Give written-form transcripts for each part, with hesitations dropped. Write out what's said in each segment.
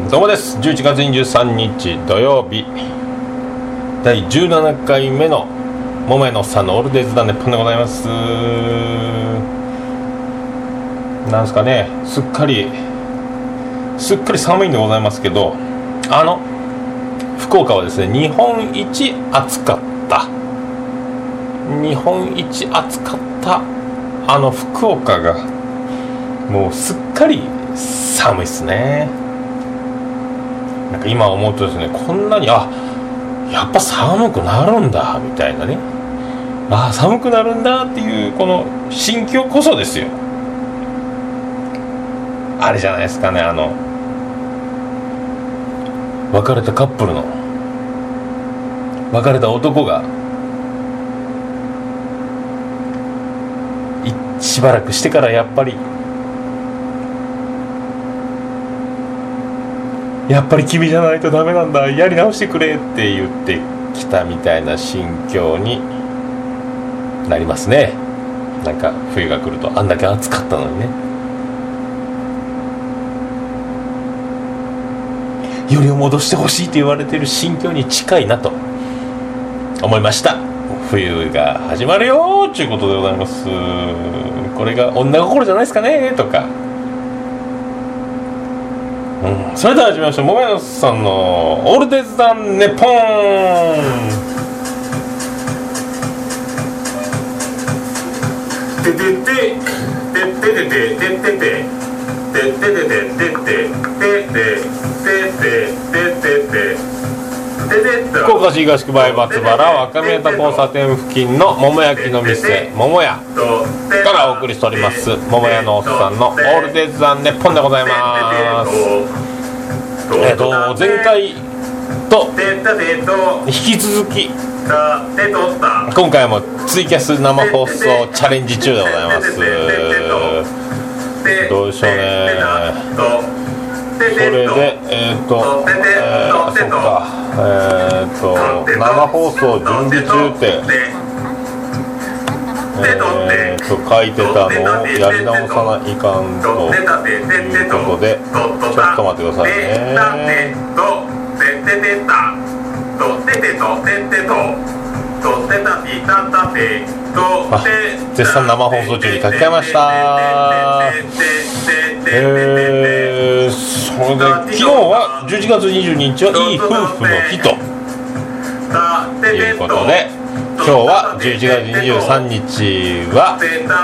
どうもです。11月23日土曜日第17回目の桃屋のおっさんのオールデイズ・ザ・ネッポンでございます。なんですかね、すっかり寒いんでございますけど、福岡はですね、日本一暑かった福岡がもうすっかり寒いっすね。なんか今思うとですね、こんなにやっぱ寒くなるんだみたいなね、寒くなるんだっていうこの心境こそですよ、あれじゃないですかね、別れたカップルの別れた男がしばらくしてからやっぱり君じゃないとダメなんだ、やり直してくれって言ってきたみたいな心境になりますね。なんか冬が来るとあんだけ暑かったのにね、よりを戻してほしいと言われている心境に近いなと思いました。冬が始まるよということでございます。これが女心じゃないですかねとか、それでは始めましょう。桃屋さんのオールデイズ・ザ・ネッポン。福岡市東区前松原若宮田交差点付近の桃焼きの店桃屋からお送りしております桃屋のおっさんのオールデイズ・ザ・ネッポンでございます。前回と引き続き今回もツイキャス生放送チャレンジ中でございます。どうでしょうね。それでそうか、生放送準備中って書いてたのをやり直さないかんということで、ちょっと待ってくださいね。絶賛生放送中に書き換えました。それで昨日は11月22日はいい夫婦の日ということで、今日は11月23日は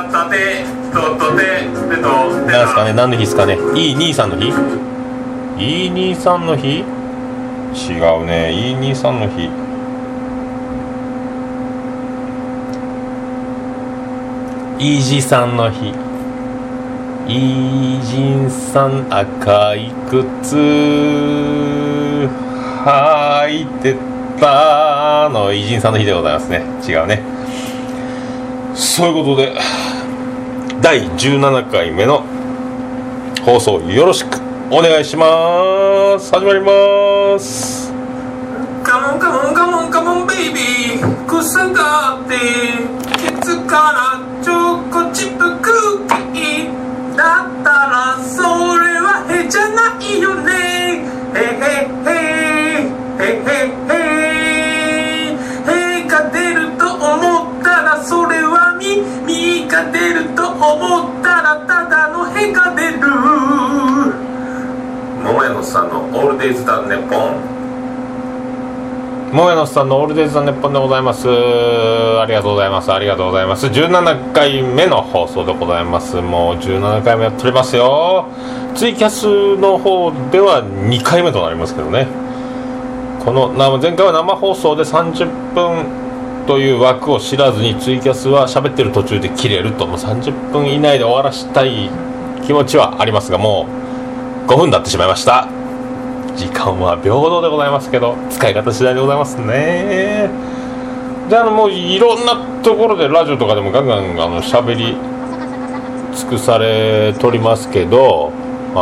何ですかね、何の日ですかね。いい兄さんの日、いい兄さんの日、違うね、いい兄さんの日、イージーさんの日、イージンさん赤い靴履いてたのイージンさんの日でございますね。違うね。そういうことで第17回目の放送よろしくお願いします。始まります。 カモンカモンカモンカモンベイビー、草があってケツからチョコチップクッキーだったらそれはへじゃないよね。へへへへへへへが出ると思ったらそれはみが出ると思ったらただのへが出る。桃屋のさんのオールデイズ・ザ・ネッポン。 桃屋のさんのオールデイズ・ザ・ネッポンでございます。ありがとうございます。ありがとうございます。17回目の放送でございます。もう17回目やっておりますよ。ツイキャスの方では2回目となりますけどね。この前回は生放送で30分という枠を知らずにツイキャスは喋ってる途中で切れると、もう30分以内で終わらしたい気持ちはありますが、もう5分経ってしまいました。時間は平等でございますけど使い方次第でございますね。でもういろんなところでラジオとかでもガンガン喋り尽くされとりますけど、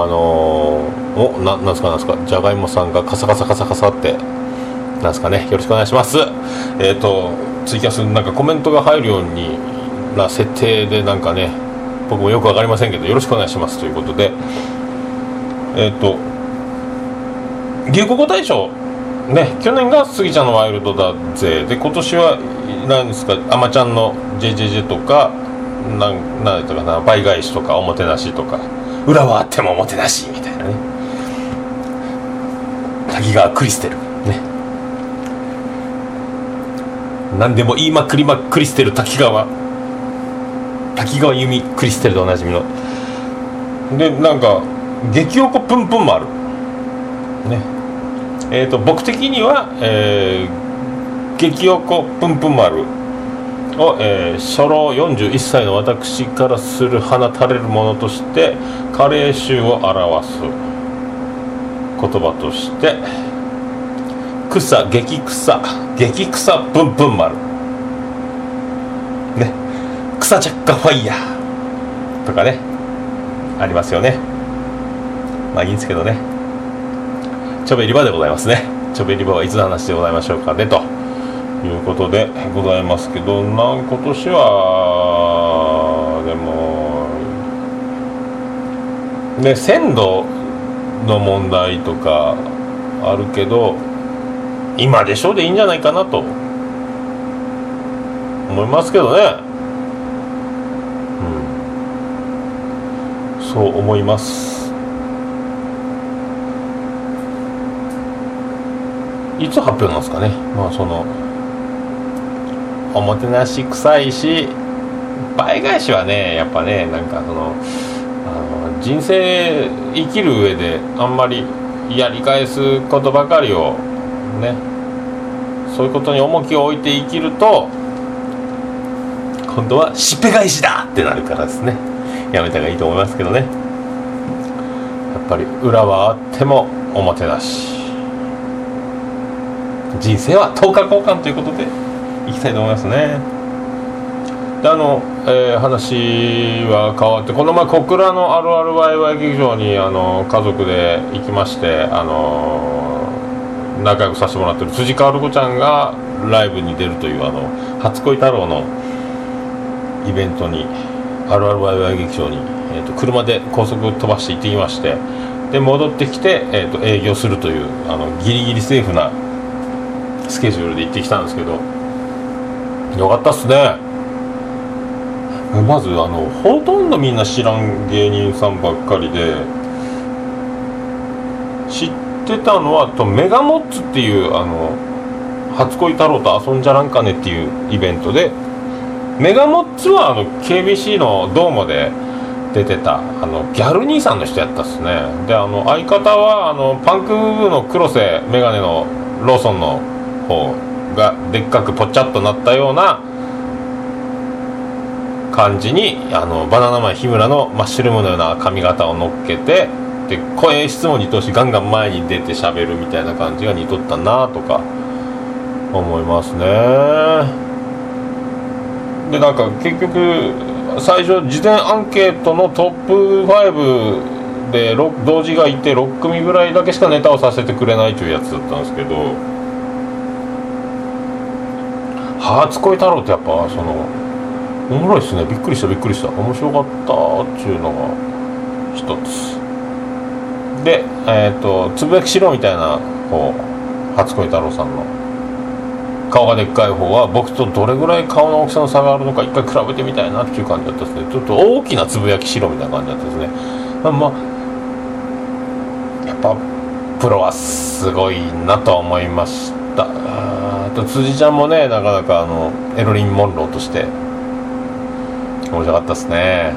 なんすかじゃがいもさんがカサカサカサカサってなんすかね、よろしくお願いします。ツイキャスなんかコメントが入るようにな設定でなんかね、僕もよくわかりませんけどよろしくお願いしますということで、 流行語大賞ね、去年がスギちゃんのワイルドだぜで、今年は何ですか、アマちゃんの JJJ とか何だったかな、倍返しとかおもてなしとか、裏はあってもおもてなしみたいなね、滝川クリステルね、何でも言いまくりまクリステル滝川由美クリステルでおなじみので、なんか激おこプンプンもあるね。僕的には、激おこプンプン丸を、初老41歳の私からする放たれるものとして加齢臭を表す言葉として激草プンプン丸ね、草着火ファイヤーとかねありますよね。まあいいんですけどね、チョベリバでございますね。チョベリバはいつの話でございましょうかね、ということでございますけど、今年はでもね、鮮度の問題とかあるけど、今でしょでいいんじゃないかなと思いますけどね。そう思います。いつ発表なんですかね。まあそのおもてなし臭いし、倍返しはね、やっぱね、なんかその人生生きる上であんまりやり返すことばかりをね、そういうことに重きを置いて生きると、今度はしっぺ返しだってなるからですね、やめた方がいいと思いますけどね。やっぱり裏はあってもおもてなし、人生は10日交換ということでいきたいと思いますね。で話は変わって、この前小倉のあるあるワイワイ劇場に家族で行きまして、仲良くさせてもらってる辻香織子ちゃんがライブに出るという初恋太郎のイベントに、あるあるワイワイ劇場に、車で高速飛ばして行ってきまして、で戻ってきて、営業するというギリギリセーフなスケジュールで行ってきたんですけど、よかったっすね。まずほとんどみんな知らん芸人さんばっかりで、知ってたのはメガモッツっていう初恋太郎と遊んじゃらんかねっていうイベントで、メガモッツはKBC のドームで出てたギャル兄さんの人やったっすね。で相方はパンク部の黒瀬メガネのローソンの方がでっかくぽっちゃっとなったような感じにバナナマン日村のマッシュルームのような髪型を乗っけて、で声質も似通しガンガン前に出て喋るみたいな感じが似とったなとか思いますね。でなんか結局最初事前アンケートのトップ5で同時がいて6組ぐらいだけしかネタをさせてくれないというやつだったんですけど、初恋太郎ってやっぱおもろいっすね。びっくりした面白かったっていうのが一つで、つぶやきしろみたいな方、初恋太郎さんの顔がでっかい方は僕とどれぐらい顔の大きさの差があるのか一回比べてみたいなっていう感じだったですね。ちょっと大きなつぶやきしろみたいな感じだったですね。まあやっぱプロはすごいなと思いました。あと辻ちゃんもね、なかなかエロリン・モンローとして面白かったですね。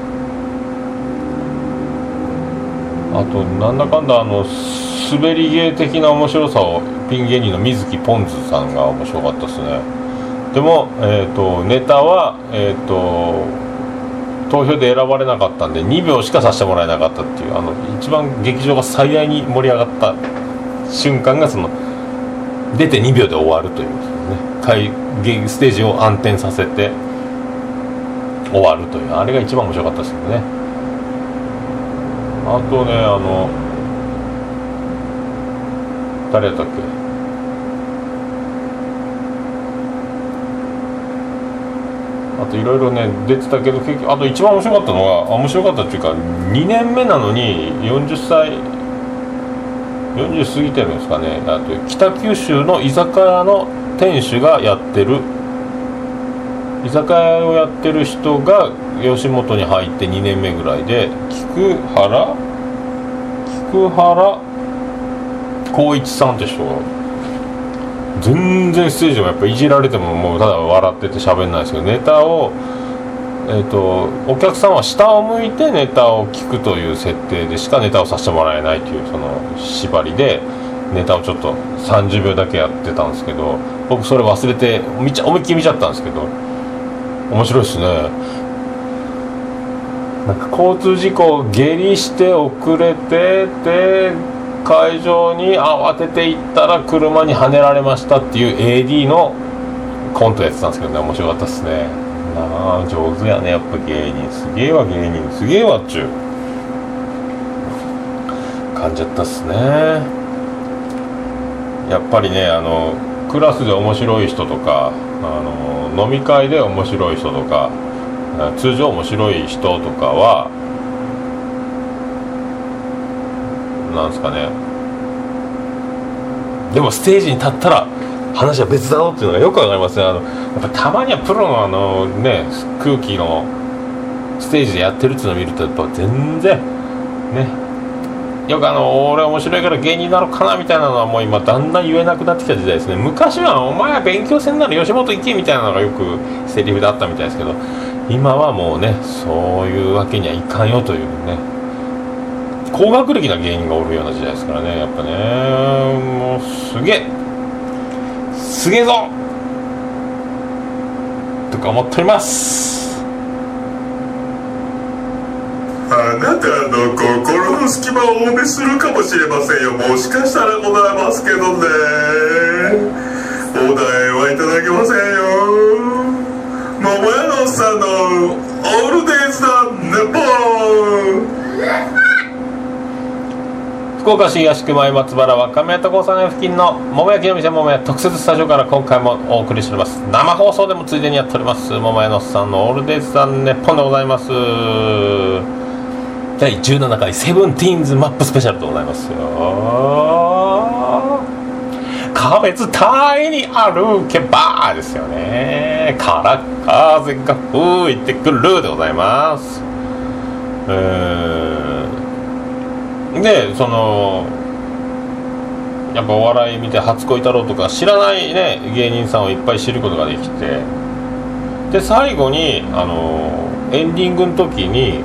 あとなんだかんだ滑り芸的な面白さをピン芸人の水木ポンズさんが面白かったですね。でも、ネタは、投票で選ばれなかったんで2秒しかさせてもらえなかったっていう、一番劇場が最大に盛り上がった瞬間が出て2秒で終わるというね、ステージを暗転させて終わるという、あれが一番面白かったですよね。あとね、誰やったっけ、あといろいろね出てたけど、結局あと一番面白かったのが、面白かったっていうか2年目なのに40歳 40過ぎてるんですかね。あと北九州の居酒屋の店主がやってる、居酒屋をやってる人が吉本に入って2年目ぐらいで、菊原光一さんって人が全然ステージもやっぱいじられてももうただ笑ってて喋んないですけど、ネタをお客さんは下を向いてネタを聞くという設定でしかネタをさせてもらえないというその縛りでネタをちょっと30秒だけやってたんですけど、僕それ忘れて思いっきり見ちゃったんですけど、面白いですね。なんか交通事故下痢して遅れてで会場に慌てて行ったら車にはねられましたっていう AD のコントやってたんですけどね、面白かったですね。上手やね、やっぱ芸人すげえわ、芸人すげえわっちゅう感じだったっすね。やっぱりね、クラスで面白い人とか飲み会で面白い人とか通常面白い人とかはなんですかね、でもステージに立ったら話は別だろうっていうのがよくわかりますね。やっぱたまにはプロのね空気のステージでやってるっていうのを見るとやっぱ全然ね、よく俺面白いから芸人になろうかなみたいなのはもう今だんだん言えなくなってきた時代ですね。昔はお前は勉強せんなら吉本行けみたいなのがよくセリフであったみたいですけど、今はもうねそういうわけにはいかんよというね、高学歴な芸人がおるような時代ですからね。やっぱねもうすげえぞとか思っております。 あなたの心の隙間をお埋めするかもしれませんよ。もしかしたらございますけどね、お題はいただけませんよ。桃屋のおっさんのオールデイズだネポー。 福岡市東区前松原若宮と交差点付近の桃焼きの店桃屋特設スタジオから今回もお送りしております。生放送でもついでにやっております桃屋のおっさんのオールデイズ・ザ・ネッポンでございます。第17回セブンティーンズマップスペシャルでございますよ。壁伝いに歩けばですよね。から風が吹いてくるでございます。でやっぱお笑い見て初恋太郎とか知らないね芸人さんをいっぱい知ることができて、で最後にエンディングの時に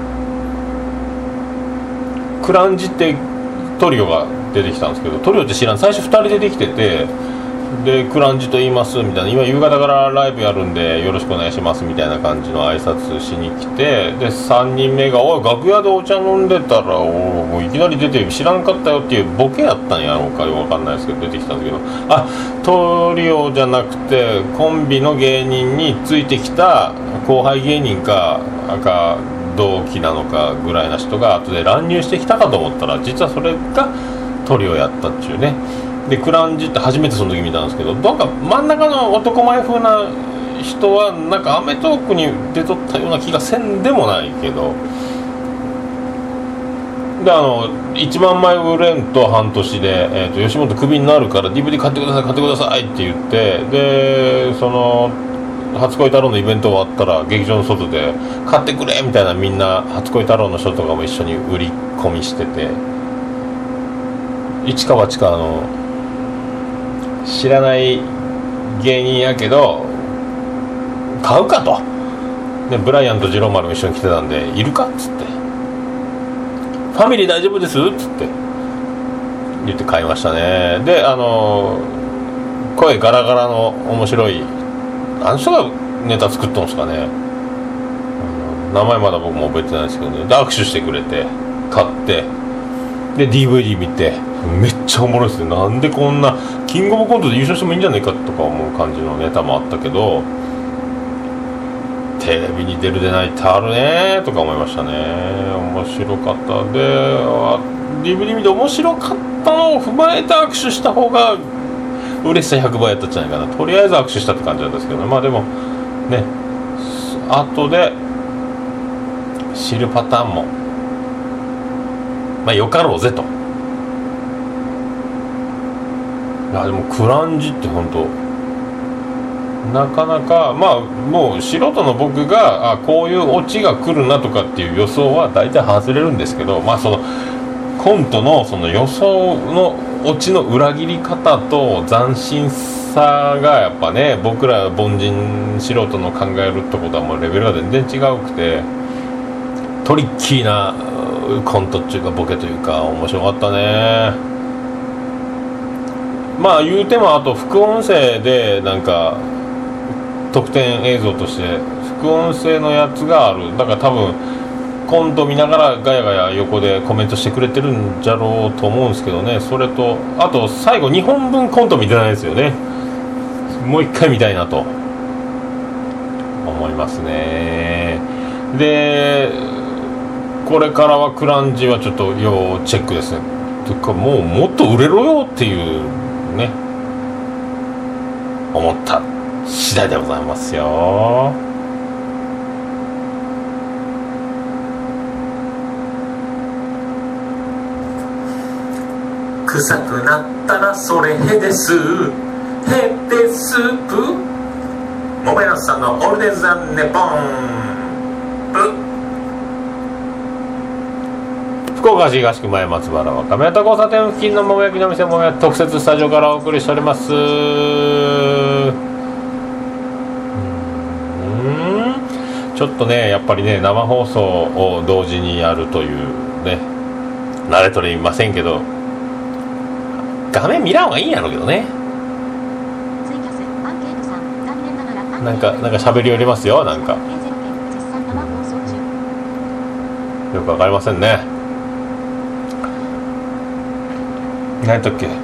クランジってトリオが出てきたんですけど、トリオって知らん、最初2人出てきてて、でクランジと言いますみたいな、今夕方からライブやるんでよろしくお願いしますみたいな感じの挨拶しに来て、で3人目がおい楽屋でお茶飲んでたらもういきなり出て知らんかったよっていうボケやったんやろうかよくわかんないですけど出てきたんだけど、あトリオじゃなくてコンビの芸人についてきた後輩芸人か同期なのかぐらいな人が後で乱入してきたかと思ったら実はそれがトリオやったっていうね。でクランジって初めてその時見たんですけど、なんか真ん中の男前風な人はなんかアメトークに出とったような気がせんでもないけど、で1万枚売れんと半年で、吉本クビになるから DVD 買ってくださいって言って、でその初恋太郎のイベント終わったら劇場の外で買ってくれみたいな、みんな初恋太郎の人とかも一緒に売り込みしてて、一か八か知らない芸人やけど買うかと、でブライアンとジローマルも一緒に来てたんでいるかっつって、ファミリー大丈夫ですっつって言って買いましたね。で声ガラガラの面白い人がネタ作ったんですかね、名前まだ僕も覚えてないですけどね。で握手してくれて買ってで DVD 見てめっちゃおもろいですね。なんでこんなキングオブコントで優勝してもいいんじゃないかとか思う感じのネタもあったけど、テレビに出る出ないってあるねとか思いましたね。面白かったで DVD 見て面白かったのを踏まえて握手した方が嬉しさ100倍やったんじゃないかな。とりあえず握手したって感じなんですけどね。まあでもね後で知るパターンもまあよかろうぜといやでもクランジって本当なかなか、まあもう素人の僕がこういうオチが来るなとかっていう予想は大体外れるんですけど、まあそのコントのその予想のオチの裏切り方と斬新さがやっぱね、僕ら凡人素人の考えるってことはもうレベルが全然違うくて、トリッキーなコントっていうかボケというか面白かったね。まあ言うてもあと副音声でなんか特典映像として副音声のやつがある。だから多分コント見ながらガヤガヤ横でコメントしてくれてるんじゃろうと思うんですけどね。それとあと最後2本分コント見てないですよね。もう一回見たいなと思いますね。でこれからはクランジはちょっと要チェックですね。というかもっと売れろよっていうね思った次第でございますよ。 臭くなったらそれヘデスープ、もめのさんのオールデンザンネポンプ。 福岡市東区前松原は亀田交差点付近のもも焼きの店ももや特設スタジオからお送りしております。ちょっとねやっぱりね生放送を同時にやるというね慣れとれませんけど、画面見らん方がいいんやろうけどね。なんか喋り寄りますよ。なんかよくわかりませんね。何やったっけ。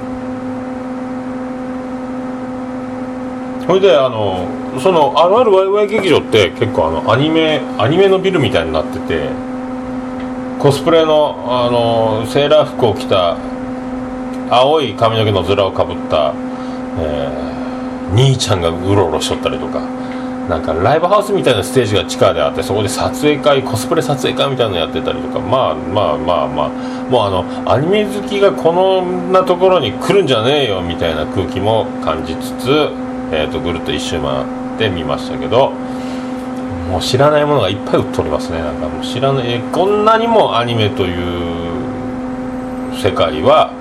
それでそのあるあるワイワイ劇場って結構アニメのビルみたいになってて、コスプレのセーラー服を着た青い髪の毛の面をかぶった、兄ちゃんがうろうろしとったりとか、なんかライブハウスみたいなステージが地下であって、そこで撮影会コスプレ撮影会みたいなのやってたりとか、まあもうアニメ好きがこんなところに来るんじゃねえよみたいな空気も感じつつ、ぐるっと一周回ってみましたけど、もう知らないものがいっぱい売っておりますね。なんかもう知らない、こんなにもアニメという世界は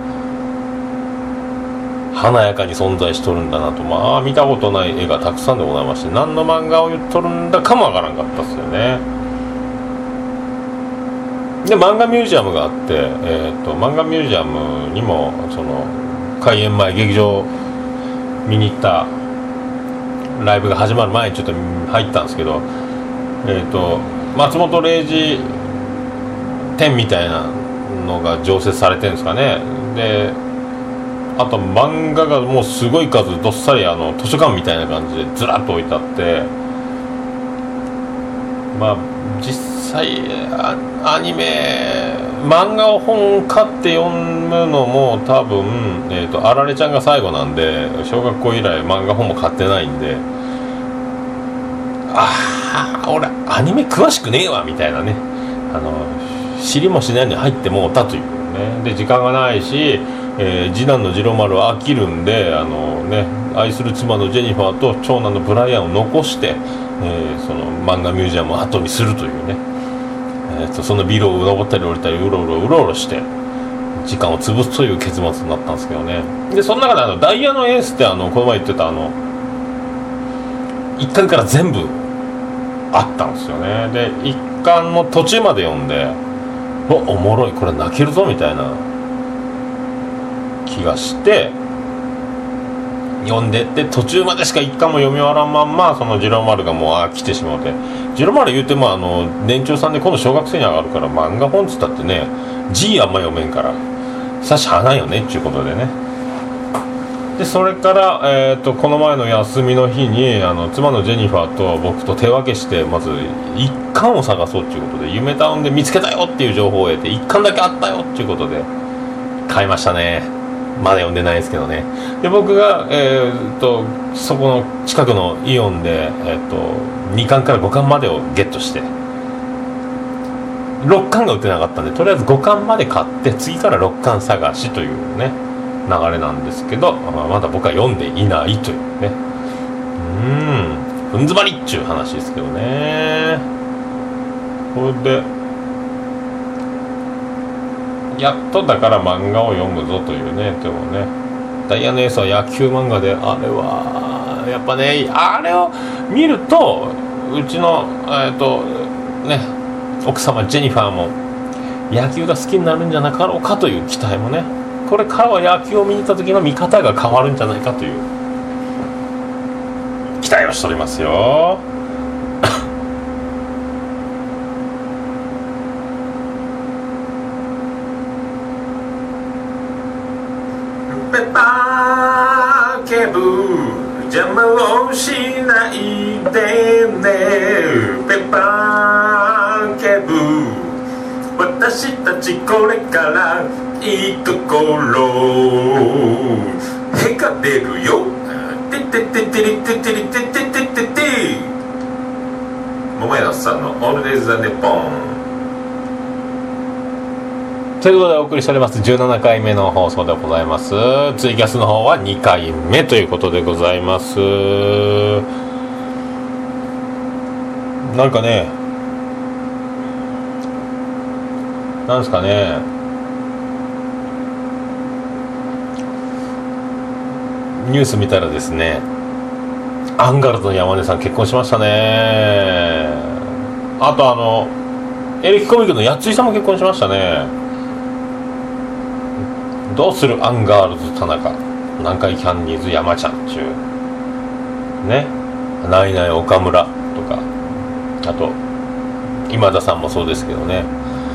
華やかに存在しとるんだなと、まあ見たことない絵がたくさんでございまして、何の漫画を言っとるんだかもわからんかったっすよね。で漫画ミュージアムがあって、漫画ミュージアムにもその開演前劇場見に行ったライブが始まる前にちょっと入ったんですけど、松本零士展みたいなのが常設されてるんですかね。であと漫画がもうすごい数どっさり図書館みたいな感じでずらっと置いてあって、まあ実際アニメ漫画を本買って読むのも多分あられちゃんが最後なんで、小学校以来漫画本も買ってないんで、俺アニメ詳しくねえわみたいなね、知りもしないのに入ってもうたというね。で時間がないし、次男の次郎丸は飽きるんで愛する妻のジェニファーと長男のブライアンを残して、その漫画ミュージアムを後にするというね、そのビルを登ったり降りたりうろうろして時間を潰すという結末になったんですけどね。でその中でダイヤのエースってこの前言ってた1巻から全部あったんですよね。で1巻の途中まで読んでおもろい、これ泣けるぞみたいな気がして読んでって、途中までしか一巻も読み終わらんまんま、その次郎丸がもう来てしまうて、次郎丸言うても年長さんで今度小学生に上がるから漫画本つったってね G あんま読めんからさしゃあないよねっていうことでね。でそれから、この前の休みの日に妻のジェニファーと僕と手分けしてまず一巻を探そうっていうことで、夢タウンで見つけたよっていう情報を得て一巻だけあったよっていうことで買いましたね。まだ読んでないですけどね。で僕が、そこの近くのイオンで、2巻から5巻までをゲットして、6巻が売ってなかったんでとりあえず5巻まで買って次から6巻探しというね流れなんですけど、まだ僕は読んでいないというね、ふん詰まりっちゅう話ですけどね。これでやっとだから漫画を読むぞというね。でもね、ダイヤのエースは野球漫画で、あれはやっぱね、あれを見るとうちのね、奥様ジェニファーも野球が好きになるんじゃなかろうかという期待もね、これからは野球を見に行った時の見方が変わるんじゃないかという期待をしておりますよ。 ペッパー警部邪魔をしないでね。ペッパー警部私たちこれからいいところへが出るよ。ててててりててりててててて。桃屋さんのオールデイズ・ザ・ネッポンということでお送りしております17回目の放送でございます。ツイキャスの方は2回目ということでございます。なんかね、なんですかね、ニュース見たらですね、アンガールズの山根さん結婚しましたね。あとエレキコミックのやついさんも結婚しましたね。どうするアンガールズ田中、南海キャンディーズ山ちゃんちゅうね、ナイナイ岡村とか、あと今田さんもそうですけどね、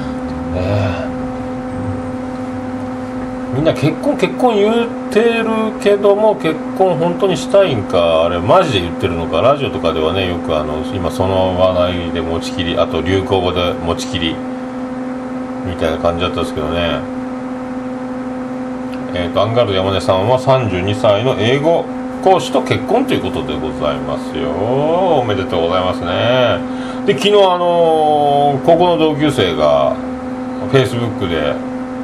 みんな結婚言ってるけども、結婚本当にしたいんか、あれマジで言ってるのか。ラジオとかではね、よく今その話題で持ちきり、あと流行語で持ちきりみたいな感じだったんですけどね。アンガールズ山根さんは32歳の英語講師と結婚ということでございますよ。おめでとうございますね。で、昨日高校の同級生が Facebook で、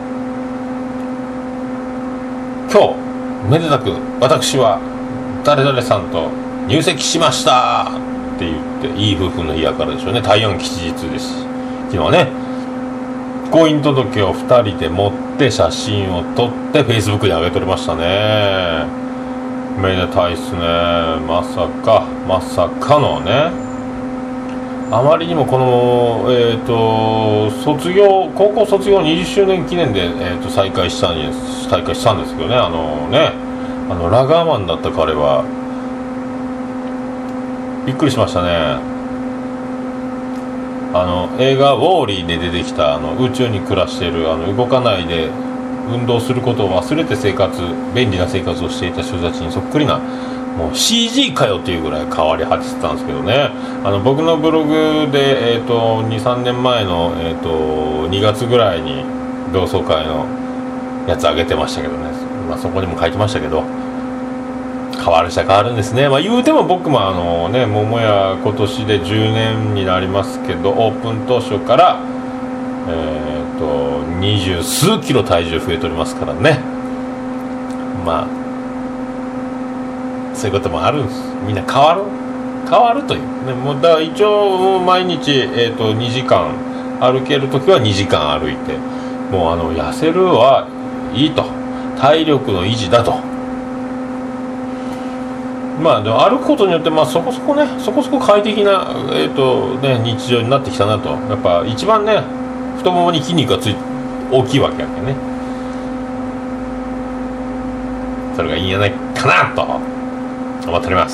今日めでたく私は誰々さんと入籍しましたって言って、いい夫婦の日やからでしょうね。大安吉日です。昨日はね、婚姻届を2人で持って写真を撮って Facebook に上げておりましたね。めでたいっすね。まさかのね、あまりにもこの高校卒業20周年記念で再開したんですけどね、ラガーマンだった彼はびっくりしましたね。映画ウォーリーで出てきた宇宙に暮らしている動かないで運動することを忘れて便利な生活をしていた人たちにそっくりな、もう CG かよというぐらい変わり果ててたんですけどね。僕のブログで、2、3年前の、2月ぐらいに同窓会のやつ上げてましたけどね、そこにも書いてましたけど、変わるんですね。言うても僕も桃屋今年で10年になりますけど、オープン当初から20数キロ体重増えておりますからね。そういうこともあるんです。みんな変わるというね。もうだから一応毎日2時間歩けるときは2時間歩いて、もう痩せるはいいと、体力の維持だと。でも歩くことによってそこそこ快適な日常になってきたなと。やっぱ一番ね、太ももに筋肉が大きいわけやけね。それがいいんじゃないかなと思っております。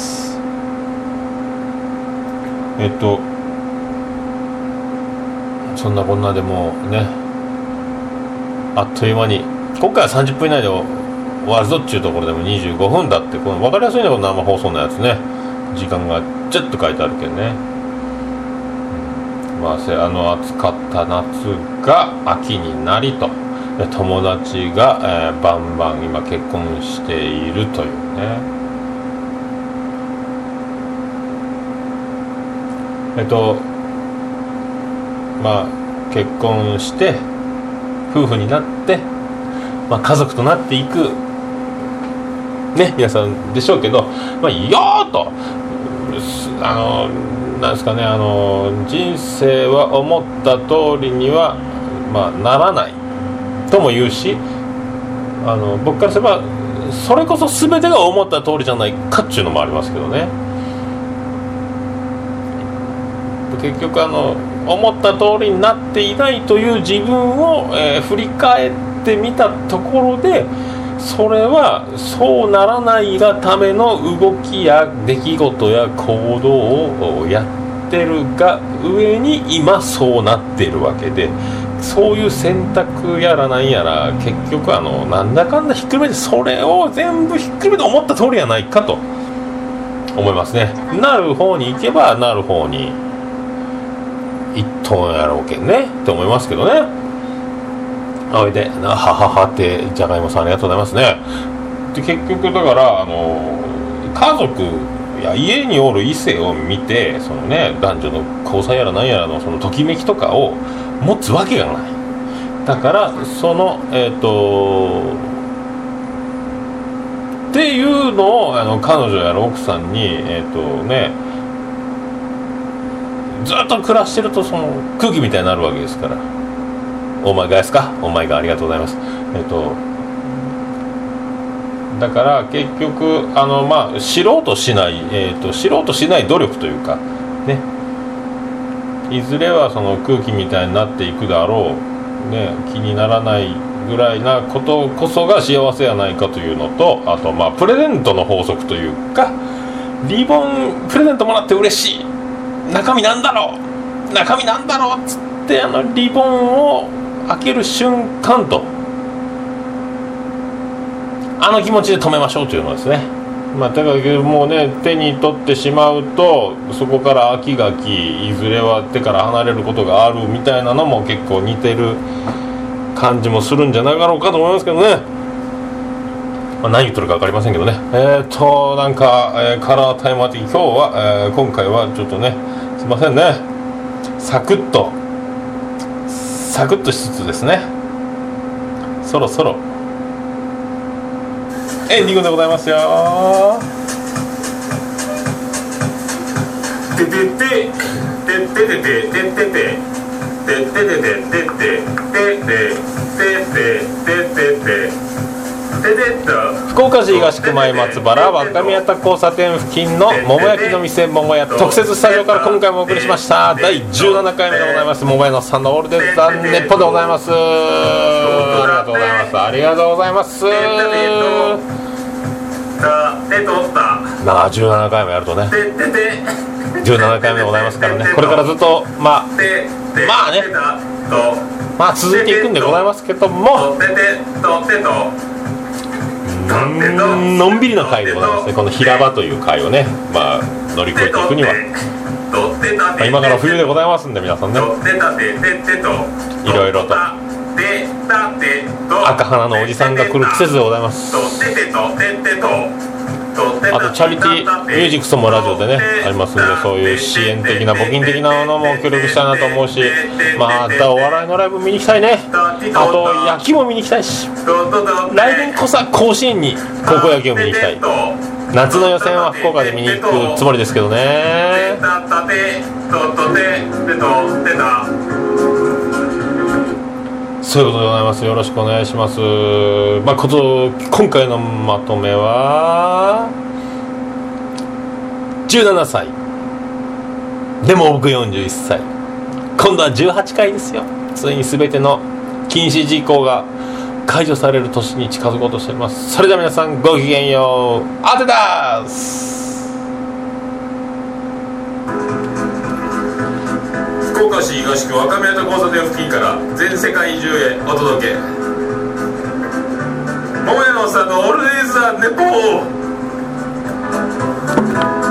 そんなこんなでもね、あっという間に今回は30分以内で終わるぞっていうところでも25分だって、この分かりやすいのが生放送のやつね、時間がちょっと書いてあるけどね。暑かった夏が秋になりと、友達が、バンバン今結婚しているというね。結婚して夫婦になって、家族となっていくね皆さんでしょうけど、まあ、よーっとなんですかね、人生は思った通りには、まあ、ならないとも言うし、僕からすればそれこそ全てが思った通りじゃないかっていうのもありますけどね。結局思った通りになっていないという自分を、振り返ってみたところで、それはそうならないがための動きや出来事や行動をやってるが上に今そうなってるわけで、そういう選択やらなんやら結局なんだかんだひっくるめてそれを全部ひっくるめて思った通りやないかと思いますね。なる方に行けばなる方に一トンやろうけんねって思いますけどね。おいではははってじゃがいもさんありがとうございますね。で結局だから家族や家におる異性を見てそのね男女の交際やら何やらのそのときめきとかを持つわけがない。だからそのっていうのを彼女やら奥さんにずっと暮らしてるとその空気みたいになるわけですから。オーマイガーですか、オーマイガーありがとうございます。だから結局まあ知ろうとしない努力というかね、いずれはその空気みたいになっていくだろうね、気にならないぐらいなことこそが幸せやないかというのと、あとまあプレゼントの法則というか、リボンプレゼントもらって嬉しい、中身なんだろうっつってリボンを開ける瞬間と気持ちで止めましょうというのですね。まあだからもうね手に取ってしまうとそこから秋がきいずれは手から離れることがあるみたいなのも結構似てる感じもするんじゃなかろうかと思いますけどね。まあ、何言ってるか分かりませんけどね。なんか、カラータイマー的今日は、今回はちょっとねすいませんね、サクッとしつつですね、そろそろエンディングでございますよ。 てててててててててててて福岡市東区前松原若宮田交差点付近の桃焼きの店桃屋特設スタジオから今回もお送りしました第17回目でございます。桃屋のさんのオールデンザンネッポでございます。ありがとうございます。ありがとうございます。まあ17回もやるとね17回目でございますからね、これからずっとまあねまあ続いていくんでございますけども、のんびりな回でございますね。この平場という回をね、まあ乗り越えていくには、まあ、今から冬でございますんで皆さんね、いろいろと赤鼻のおじさんが来る季節でございます。あとチャリティーミュージックソンもラジオでねありますんで、そういう支援的な募金的なのも協力したいなと思うし、またお笑いのライブ見に行きたいね。あと野球も見に行きたいし、来年こそは甲子園に高校野球を見に行きたい。夏の予選は福岡で見に行くつもりですけどね。そういうことでございます。よろしくお願いします。まあ今回のまとめは17歳でも僕41歳、今度は18回ですよ。ついに全ての禁止事項が解除される年に近づこうとしております。それでは皆さんごきげんよう。あてだーす。 福岡市東区若宮田交差点付近から全世界中へお届け、桃屋のおっさんのオールデイズ・ザ・ネポー。